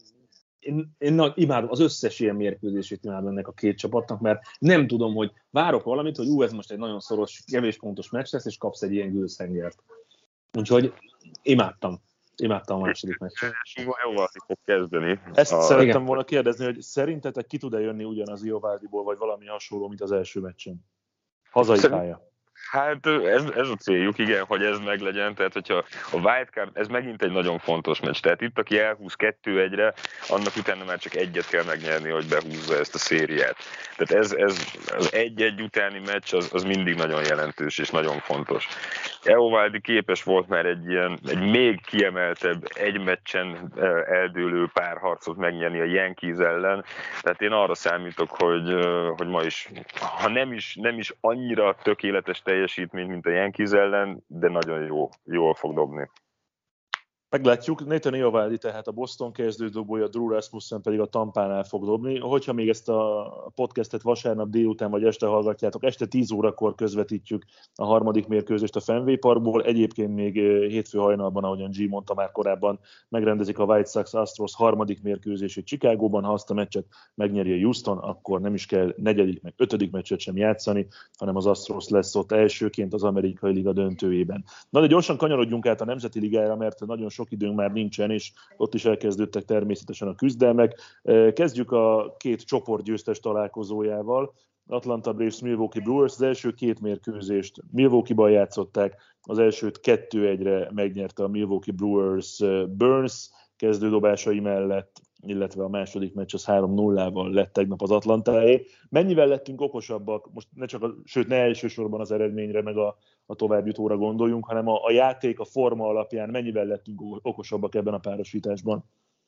S6: én imádom, az összes ilyen mérkőzését imádom ennek a két csapatnak, mert nem tudom, hogy várok valamit, hogy ez most egy nagyon szoros, kevés pontos meccs lesz, és kapsz egy ilyen gőzhengert. Úgyhogy imádtam a második meccset.
S5: Eovaldi fog kezdeni.
S4: Ezt szerettem volna kérdezni, hogy szerintetek ki tud-e jönni ugyanaz Eovaldiból, vagy valami hasonló, mint az első meccsen? Hazai pálya.
S5: Hát ez a céljuk, igen, hogy ez meglegyen, tehát hogyha a wildcard, ez megint egy nagyon fontos meccs, tehát itt aki elhúz 2-1-re, annak utána már csak egyet kell megnyerni, hogy behúzza ezt a szériát. Tehát ez az 1-1 utáni meccs az mindig nagyon jelentős és nagyon fontos. Eovaldi képes volt már egy még kiemeltebb, egy meccsen eldőlő párharcot megnyerni a Yankees ellen, tehát én arra számítok, hogy ma is, ha nem is annyira tökéletes teljesítmény, mint a Yankees ellen, de nagyon jól fog dobni.
S4: Meglátjuk, Nathan Eovaldi tehát a Boston kezdődobója, Drew Rasmussen pedig a Tampánál fog dobni. Hogyha még ezt a podcastet vasárnap délután vagy este hallgatjátok, este 10 órakor közvetítjük a harmadik mérkőzést a Fenway Parkból. Egyébként még hétfő hajnalban, ahogyan G mondta már korábban, megrendezik a White Sox Astros harmadik mérkőzését Chicagóban. Ha azt a meccset megnyeri a Houston, akkor nem is kell negyedik, meg ötödik meccset sem játszani, hanem az Astros lesz ott elsőként az Amerikai Liga döntőjében. Na de gyorsan kanyarodjunk át a Nemzeti Ligára, mert nagyon sok időnk már nincsen, és ott is elkezdődtek természetesen a küzdelmek. Kezdjük a két csoportgyőztes találkozójával. Atlanta Braves, Milwaukee Brewers. Az első két mérkőzést Milwaukee-ban játszották, az elsőt 2-1-re megnyerte a Milwaukee Brewers Burns kezdődobásai mellett, illetve a második meccs az 3-0-val lett tegnap az Atlantáé. Mennyivel lettünk okosabbak, most ne elsősorban az eredményre, meg a továbbjutóra gondoljunk, hanem a játék, a forma alapján mennyivel lettünk okosabbak ebben a párosításban?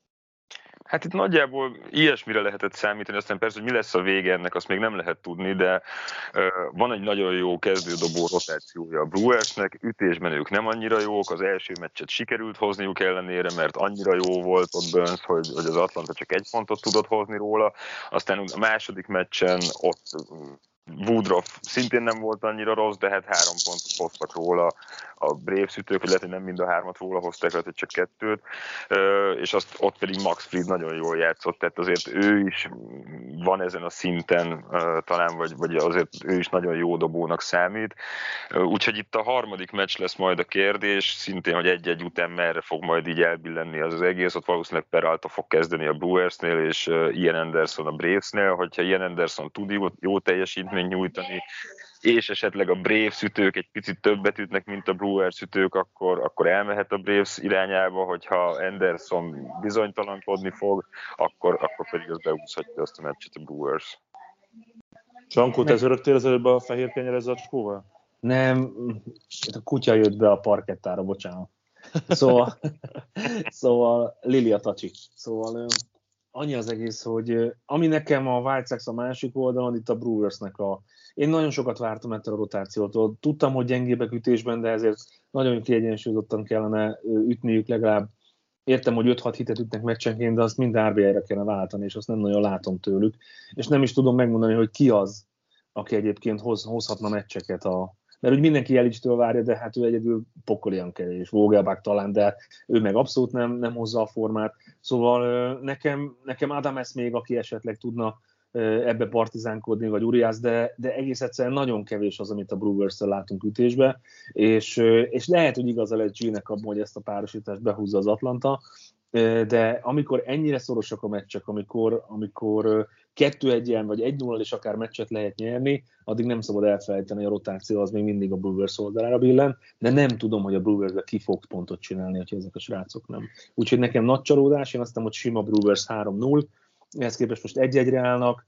S5: Hát itt nagyjából ilyesmire lehetett számítani, aztán persze, hogy mi lesz a vége ennek, azt még nem lehet tudni, de van egy nagyon jó kezdődobó rotációja a Brewersnek, ütésben ők nem annyira jók, az első meccset sikerült hozniuk ellenére, mert annyira jó volt ott Burns, hogy az Atlanta csak egy pontot tudott hozni róla, aztán a második meccsen ott Woodruff szintén nem volt annyira rossz, de hát 3 pontot hoztak róla a Braves ütők, hogy lehet, hogy nem mind a 3-at róla hozták, lehet, hogy csak 2-t, és ott pedig Max Fried nagyon jól játszott, tehát azért ő is van ezen a szinten talán, vagy azért ő is nagyon jó dobónak számít. Úgyhogy itt a harmadik meccs lesz majd a kérdés, szintén, hogy egy-egy után merre fog majd így elbillenni az egész, ott valószínűleg Peralta fog kezdeni a Brewersnél, és Ian Anderson a Bravesnél, hogyha Ian Anderson tud jó teljesítményt nyújtani, és esetleg a Braves ütők egy picit többet ütnek, mint a Brewers ütők, akkor elmehet a Braves irányába, hogyha Anderson bizonytalankodni fog, akkor pedig az beúszhatja azt a meccset a Brewers.
S4: Csankó, te zörögtél az előbb a fehér kenyerez zacskóval?
S6: Nem, a kutya jött be a parkettára, bocsánat. Szóval Lili a tacsi. Szóval annyi az egész, hogy ami nekem a White Sox a másik oldalon, itt a Brewersnek én nagyon sokat vártam ettől a rotációtól. Tudtam, hogy gyengébbek ütésben, de ezért nagyon kiegyensúlyozottan kellene ütniük legalább. Értem, hogy 5-6 hitet ütnek meccsenként, de azt mind RBI-re kellene váltani, és azt nem nagyon látom tőlük. És nem is tudom megmondani, hogy ki az, aki egyébként hozhatna meccseket mert úgy mindenki Jelic-től várja, de hát ő egyedül pokolian kevés, Vogelbach talán, de ő meg abszolút nem hozza a formát. Szóval nekem Adames még, aki esetleg tudna ebbe partizánkodni, vagy Urias, de egész egyszerűen nagyon kevés az, amit a Brewers-től látunk ütésbe, és lehet, hogy igaza lesz G-nek abban, hogy ezt a párosítást behúzza az Atlanta, de amikor ennyire szorosak a meccsek, amikor 2-1-en vagy 1-0-al is akár meccset lehet nyerni, addig nem szabad elfelejteni, hogy a rotáció az még mindig a Brewers oldalára billen, de nem tudom, hogy a Brewersbe ki fog pontot csinálni, hogyha ezek a srácok nem. Úgyhogy nekem nagy csalódás, én azt mondom, hogy sima Brewers 3-0, ehhez képest most 1-1-re állnak.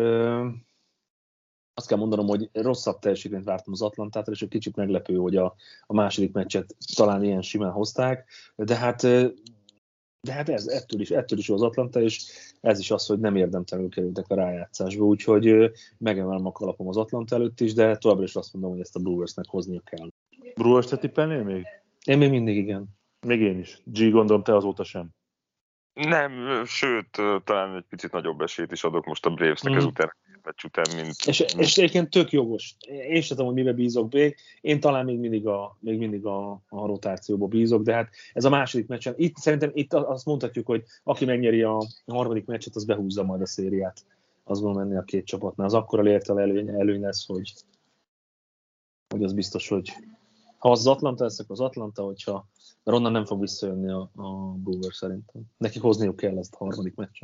S6: Azt kell mondanom, hogy rosszabb teljesítményt vártam az Atlantától, és egy kicsit meglepő, hogy a második meccset talán ilyen simán hozták, de hát ettől is jó az Atlanta, és ez is az, hogy nem érdemtelenül kerültek a rájátszásba, úgyhogy megemelem a kalapom az Atlanta előtt is, de továbbra is azt mondom, hogy ezt a Brewersnek hozniuk kell.
S4: Brewers-te tippelnél még?
S6: Én még mindig igen.
S4: Még én is. G, gondolom te azóta sem.
S5: Nem, sőt, talán egy picit nagyobb esélyt is adok most a Bravesnek ezután, meccs után, mint...
S6: És egyébként tök jogos. Én sem tudom, hogy mibe bízok még. Én talán még mindig a rotációba bízok, de hát ez a második meccsen. Szerintem azt mondhatjuk, hogy aki megnyeri a harmadik meccset, az behúzza majd a szériát. Azt gondolom ennél a két csapatnál. Az akkora lértel előny lesz, hogy az biztos, hogy Ha az Atlanta lesz, akkor az Atlanta, mert onnan nem fog visszajönni a Brewers szerintem. Nekik hozniuk kell ezt a harmadik meccset.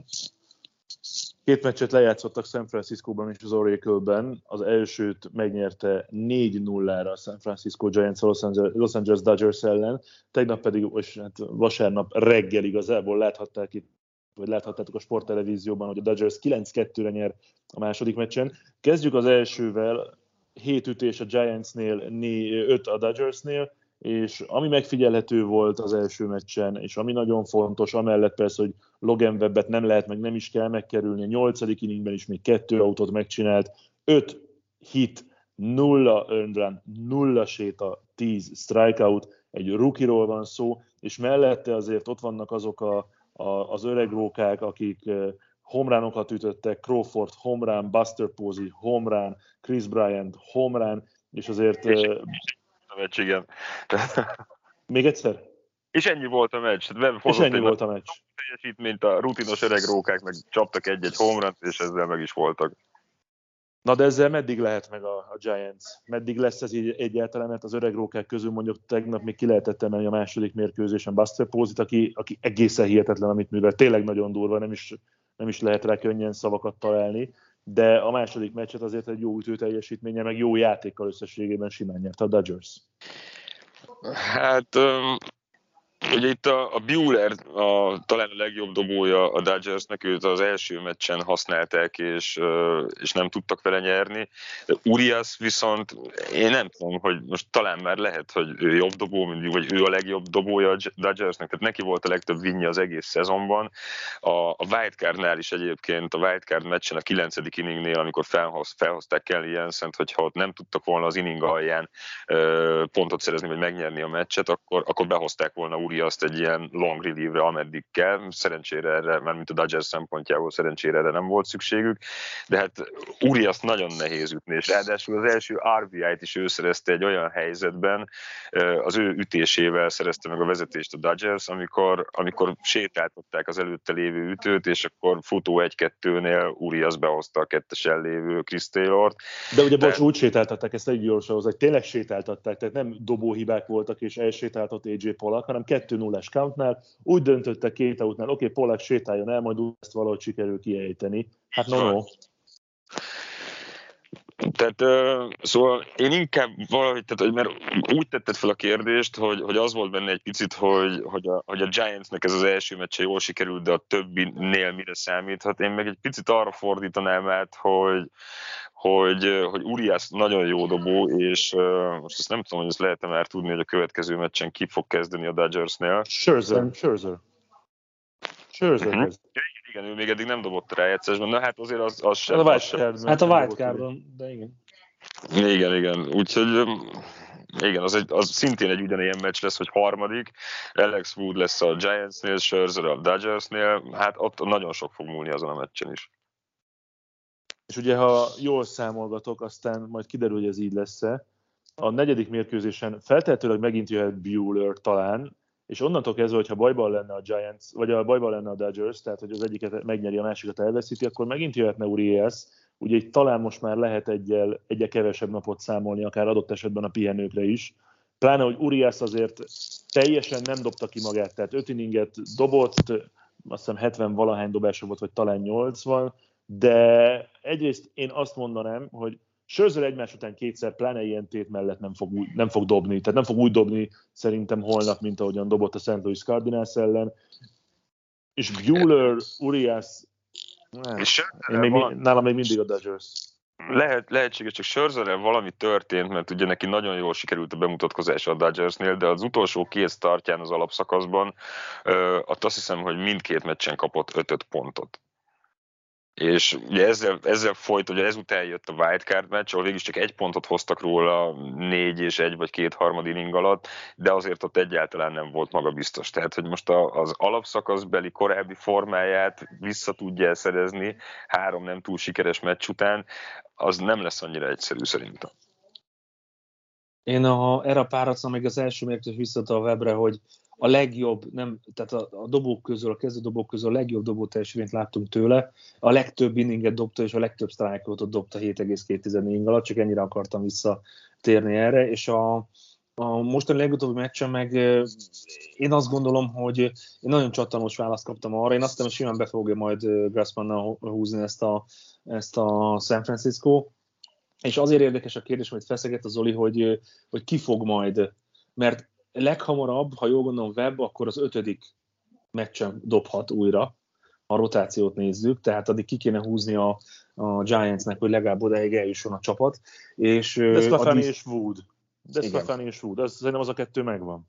S4: 2 meccset lejátszottak San Franciscóban és az Oracle-ben. Az elsőt megnyerte 4-0-ra a San Francisco Giants a Los Angeles Dodgers ellen. Tegnap pedig, és hát vasárnap reggel igazából láthattátok a sporttelevízióban, hogy a Dodgers 9-2-re nyer a második meccsen. Kezdjük az elsővel, 7 ütés a Giantsnél, 5 a Dodgersnél, és ami megfigyelhető volt az első meccsen, és ami nagyon fontos, amellett persze, hogy Logan Webbet nem lehet, meg nem is kell megkerülni, a 8. inningben is még 2 autót megcsinált, 5 hit, 0 earned run, 0 séta, 10 strikeout, egy rookie-ról van szó, és mellette azért ott vannak azok az öreg rókák, akik homerunokat ütöttek, Crawford homerun, Buster Posey homerun, Chris Bryant homerun, és azért...
S5: A meccs, igen.
S4: Még egyszer?
S5: És ennyi volt a meccs.
S4: És ennyi volt a meccs.
S5: Teljesítményt a rutinos öreg rókák, meg csaptak egy-egy homerunt, és ezzel meg is voltak.
S4: Na de ezzel meddig lehet meg a Giants? Meddig lesz ez így egyáltalán, mert az öreg rókák közül mondjuk tegnap még ki lehetett emelni a második mérkőzésen Buster Posey-t, aki egészen hihetetlen, amit művel. Tényleg nagyon durva, nem is lehet rá könnyen szavakat találni, de a második meccset azért egy jó ütőteljesítménye, meg jó játékkal összességében simán nyert a Dodgers.
S5: Hát... Ugye itt a Buehler talán a legjobb dobója a Dodgersnek, őt az első meccsen használták, és nem tudtak vele nyerni. Urias viszont én nem tudom, hogy most talán már lehet, hogy ő jobb dobó, mindig, vagy ő a legjobb dobója a Dodgersnek, tehát neki volt a legtöbb winje az egész szezonban. A wildcardnál is egyébként, a wildcard meccsen a 9. inningnél, amikor felhozták Kelly Jensen-t, hogyha ott nem tudtak volna az inning alján pontot szerezni, vagy megnyerni a meccset, akkor behozták volna Uriast egy ilyen long relieve-re, ameddig kell. Szerencsére erre, mármint a Dodgers szempontjából szerencsére erre nem volt szükségük, de hát Uriast nagyon nehéz ütni, és ráadásul az első RBI-t is ő szerezte egy olyan helyzetben, az ő ütésével szerezte meg a vezetést a Dodgers, amikor sétáltatták az előtte lévő ütőt, és akkor futó 1-2-nél Urias behozta a 2-esen lévő Chris Taylort.
S4: De ugye bocs, úgy sétáltatták, ezt egy gyorsan hozzá, hogy tényleg sétáltatták, tehát nem dobóhibák voltak, és elsétáltott AJ Pollock, hanem 2-0-es countnál, úgy döntöttek 2 outnál, oké, Pollock sétáljon el, majd ezt valahogy sikerül kiejteni. Hát no.
S5: Tehát, szóval én inkább valahogy, tehát, mert úgy tetted fel a kérdést, hogy az volt benne egy picit, hogy a Giantsnek ez az első meccse jól sikerült, de a többinél mire számíthat. Én meg egy picit arra fordítanám át, hogy Urias nagyon jó dobó, és most ezt nem tudom, hogy ezt lehet-e már tudni, hogy a következő meccsen ki fog kezdeni a Dodgersnél.
S4: Scherzer.
S5: Igen, ő még eddig nem dobott rájátszásban, na hát azért az sem.
S6: Hát a wildcardon, de igen.
S5: Igen. Úgyhogy igen, az szintén egy ugyanilyen meccs lesz, hogy harmadik. Alex Wood lesz a Giantsnél, Scherzer a Dodgersnél, hát ott nagyon sok fog múlni azon a meccsen is.
S4: És ugye, ha jól számolgatok, aztán majd kiderül, hogy ez így lesz-e. A 4. mérkőzésen feltehetőleg megint jöhet Buehler talán, és onnantól kezdve, hogyha bajban lenne a Giants, vagy a bajban lenne a Dodgers, tehát hogy az egyiket megnyeri, a másikat elveszíti, akkor megint jöhetne Urias. Ugye itt talán most már lehet egyel kevesebb napot számolni, akár adott esetben a pihenőkre is. Pláne, hogy Urias azért teljesen nem dobta ki magát, tehát 5 inninget dobott, azt hiszem 70-valahány dobása volt, vagy talán 80, de egyrészt én azt mondanám, hogy Scherzer egymás után 2-szer, pláne ilyen tét mellett nem fog dobni. Tehát nem fog úgy dobni szerintem holnap, mint ahogyan dobott a St. Louis Cardinals ellen. És Buehler, Urias, nálam még mindig a Dodgers.
S5: Lehetséges, csak Scherzerrel valami történt, mert ugye neki nagyon jól sikerült a bemutatkozása a Dodgersnél, de az utolsó 2 startján az alapszakaszban azt hiszem, hogy mindkét meccsen kapott 5 pontot. És ugye ezzel folyt, ugye ezután jött a wildcard meccs, ahol végül csak 1 pontot hoztak róla 4 és 1 vagy 2 harmad inning alatt, de azért ott egyáltalán nem volt magabiztos. Tehát, hogy most az alapszakaszbeli korábbi formáját vissza tudja szerezni 3 nem túl sikeres meccs után, az nem lesz annyira egyszerű szerintem.
S6: Én erre a párharcra még az első mérkőzés visszaadta a Webre, hogy a legjobb, tehát a dobók közül, a kezdődobók közül a legjobb dobó teljesítményt láttunk tőle, a legtöbb inninget dobta, és a legtöbb strikeoutot dobta 7,2 inning alatt, csak ennyire akartam visszatérni erre, és A mostani legutóbbi meccsen meg én azt gondolom, hogy én nagyon csattanós választ kaptam arra. Én azt hiszem, hogy simán be fogja majd Grassmannal húzni ezt a San Francisco. És azért érdekes a kérdés, amit feszeget a Zoli, hogy ki fog majd, mert leghamarabb, ha jól gondolom Webb, akkor az 5. meccsen dobhat újra, a rotációt nézzük, tehát addig ki kéne húzni a Giantsnek, hogy legalább odáig eljusson a csapat.
S4: DeSclafani és Wood. DeSclafani és Wood, szerintem az a 2 megvan.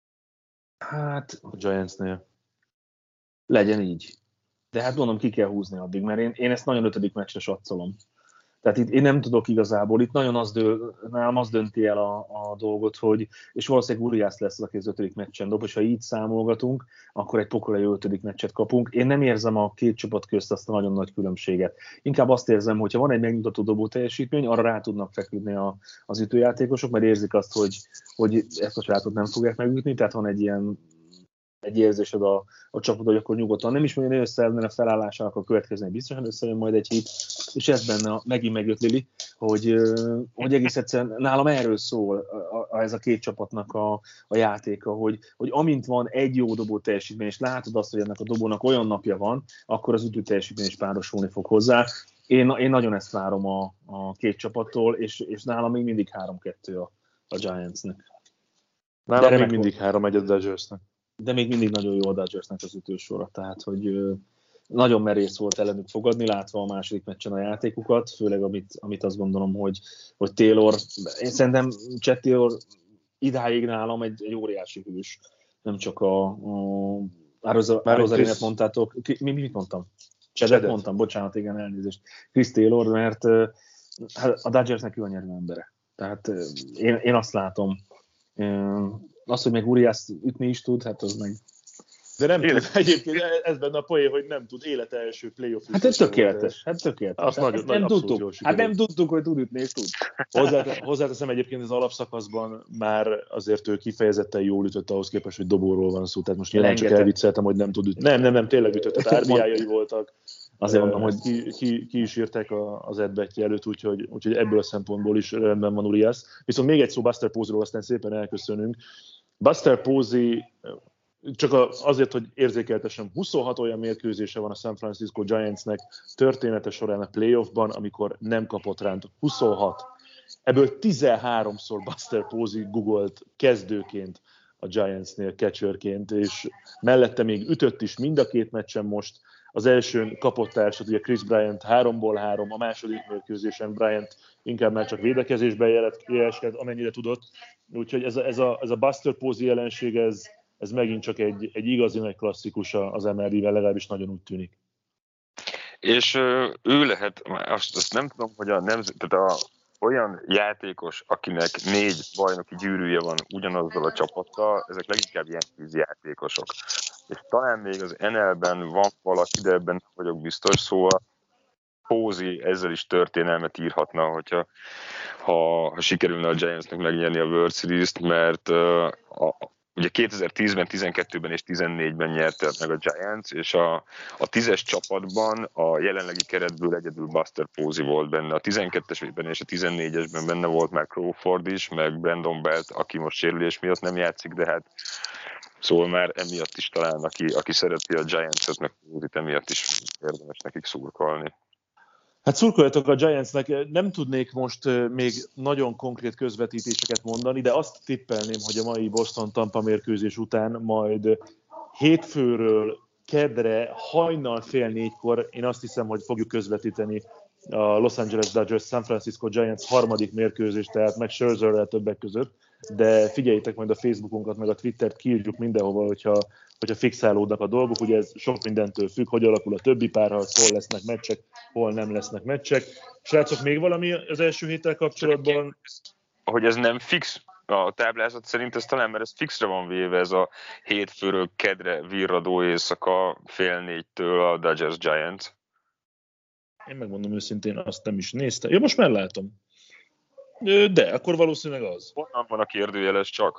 S6: Hát
S4: a Giantsnél.
S6: Legyen így. De hát mondom, ki kell húzni addig, mert én ezt nagyon 5. meccsre satszolom. Tehát itt én nem tudok igazából, itt nagyon nálam az dönti el a dolgot, hogy, és valószínűleg Urias lesz az, aki az 5. meccsen dob, és ha így számolgatunk, akkor egy pokolai 5. meccset kapunk. Én nem érzem a két csapat közt azt a nagyon nagy különbséget. Inkább azt érzem, hogyha van egy megnyugtató dobó teljesítmény, arra rá tudnak feküdni az ütőjátékosok, mert érzik azt, hogy ezt a srácot nem fogják megütni, tehát van egy érzésed a csapat, hogy akkor nyugodtan nem is mondja, hogy összeállni a felállásának a következően biztosan összejön majd egy hit, és ez benne megint megjött Lili, hogy egész egyszerűen nálam erről szól ez a két csapatnak a játéka, hogy amint van egy jó dobó teljesítmény, és látod azt, hogy ennek a dobónak olyan napja van, akkor az ütő teljesítmény is párosulni fog hozzá. Én nagyon ezt várom a két csapattól, és nálam még mindig 3-2 a Giantsnek.
S4: Nálam még mindig 3-1 a Dodgersnek.
S6: De még mindig nagyon jó a Dodgersnek az ütősora, tehát hogy nagyon merész volt ellenük fogadni, látva a második meccsen a játékukat, főleg amit azt gondolom, hogy Taylor, én szerintem Chad Taylor idáig nálam egy óriási hős, nem csak a Arozarinet mondtátok, mit mondtam? Chadet mondtam, bocsánat, igen, elnézést. Chris Taylor, mert a Dodgersnek ő a nyerő embere. Tehát én azt látom, az, hogy meg Urias ütni is tud, hát az meg...
S4: De nem tud, egyébként ez benne a poén, hogy nem tud élete első playoff.
S6: Hát ez tökéletes,
S4: Azt nem tudtuk.
S6: Hát nem tudtuk, hogy tud ütni, és tud.
S4: Hozzáteszem egyébként az alapszakaszban már azért ő kifejezetten jól ütött ahhoz képest, hogy dobóról van szó. Tehát most nyilván csak elvicceltem, hogy nem tud ütni. Nem, tényleg ütött. Tehát RBI-jai voltak.
S6: Azért mondom, hogy
S4: ki is írták az Edbetje előtt, úgyhogy ebből a szempontból is rendben van Urias. Viszont még egy szó Buster Poseyról, aztán szépen elköszönünk. Buster Posey, csak azért, hogy érzékeltessem, 26 olyan mérkőzése van a San Francisco Giantsnek története során a playoffban, amikor nem kapott ránt. 26. Ebből 13-szor Buster Posey gugolt kezdőként a Giantsnél, catcherként, és mellette még ütött is mind a két meccsen most. Az elsőn kapott társat, ugye Chris Bryant 3-ból 3, a második mérkőzésen Bryant inkább már csak védekezésben jeleskedett, amennyire tudott. Úgyhogy ez a Buster Posey jelenség, ez megint csak egy igazi nagy klasszikus az MLB-vel, legalábbis nagyon úgy tűnik.
S5: És ő lehet, azt nem tudom, hogy olyan játékos, akinek 4 bajnoki gyűrűje van ugyanazzal a csapattal, ezek leginkább ilyen játékosok. És talán még az NL-ben van valaki, de ebben nem vagyok biztos, szóval Posey ezzel is történelmet írhatna, hogyha ha sikerülne a Giantsnek megnyerni a World Series-t, mert ugye 2010-ben, 12-ben és 14-ben nyerte meg a Giants, és a 10-es csapatban a jelenlegi keretből egyedül Buster Posey volt benne. A 12-esben és a 14-esben benne volt már Crawford is, meg Brandon Belt, aki most sérülés miatt nem játszik, de hát szóval már emiatt is talán, aki szereti a Giants-et, meg Posey-t, emiatt is érdemes nekik szurkolni.
S4: Hát szurkoljatok a Giantsnek, nem tudnék most még nagyon konkrét közvetítéseket mondani, de azt tippelném, hogy a mai Boston-Tampa mérkőzés után majd hétfőről kedre hajnal 3:30 én azt hiszem, hogy fogjuk közvetíteni a Los Angeles Dodgers San Francisco Giants harmadik mérkőzést, tehát meg Scherzerrel többek között, de figyeljétek majd a Facebookunkat, meg a Twittert, kiírjuk mindenhova, hogyha fixálódnak a dolgok, ugye ez sok mindentől függ, hogy alakul a többi párharc, hol lesznek meccsek, hol nem lesznek meccsek. Srácok, még valami az első héttel kapcsolatban?
S5: Hogy ez nem fix a táblázat szerint, ez talán, mert ez fixre van véve, ez a hétfőről kedre virradó éjszaka 3:30 a Dodgers Giants.
S4: Én megmondom őszintén, azt nem is néztem. Ja, most már látom. De, akkor valószínűleg az.
S5: Honnan van a kérdőjeles csak?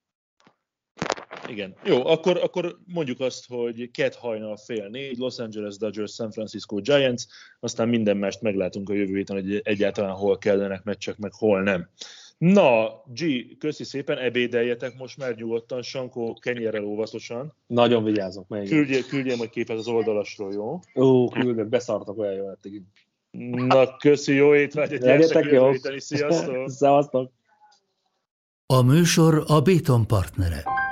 S4: Igen. Jó, akkor mondjuk azt, hogy kedd hajnal 3:30, Los Angeles Dodgers, San Francisco Giants, aztán minden mást meglátunk a jövő héten, hogy egyáltalán hol kellenek meccsek, meg hol nem. Na, G, köszi szépen, ebédeljetek most már nyugodtan, Sankó, kenyérrel óvatosan.
S6: Nagyon vigyázok meg.
S4: Küldjél majd képet az oldalasról, jó?
S6: Ó, küldök, beszartak, olyan jó lett.
S4: Na, köszi, jó étvágyat,
S6: legyetek jó.
S4: Sziasztok!
S6: Szevasztok!
S1: A műsor a Béton partnere.